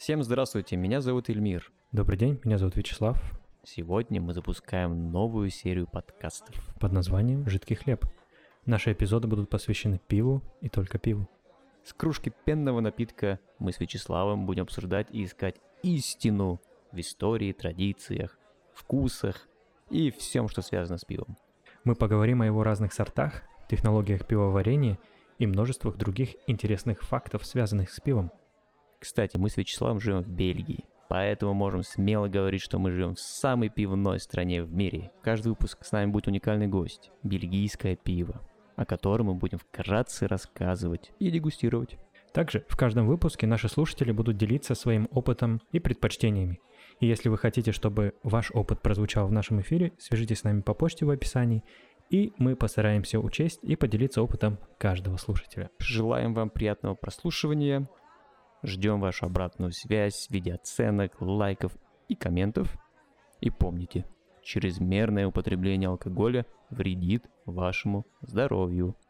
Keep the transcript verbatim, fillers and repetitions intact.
Всем здравствуйте, меня зовут Эльмир. Добрый день, меня зовут Вячеслав. Сегодня мы запускаем новую серию подкастов под названием «Жидкий хлеб». Наши эпизоды будут посвящены пиву и только пиву. С кружки пенного напитка мы с Вячеславом будем обсуждать и искать истину в истории, традициях, вкусах и всем, что связано с пивом. Мы поговорим о его разных сортах, технологиях пивоварения и множествах других интересных фактов, связанных с пивом. Кстати, мы с Вячеславом живем в Бельгии, поэтому можем смело говорить, что мы живем в самой пивной стране в мире. Каждый выпуск с нами будет уникальный гость – бельгийское пиво, о котором мы будем вкратце рассказывать и дегустировать. Также в каждом выпуске наши слушатели будут делиться своим опытом и предпочтениями. И если вы хотите, чтобы ваш опыт прозвучал в нашем эфире, свяжитесь с нами по почте в описании, и мы постараемся учесть и поделиться опытом каждого слушателя. Желаем вам приятного прослушивания. Ждем вашу обратную связь в виде оценок, лайков и комментов. И помните, чрезмерное употребление алкоголя вредит вашему здоровью.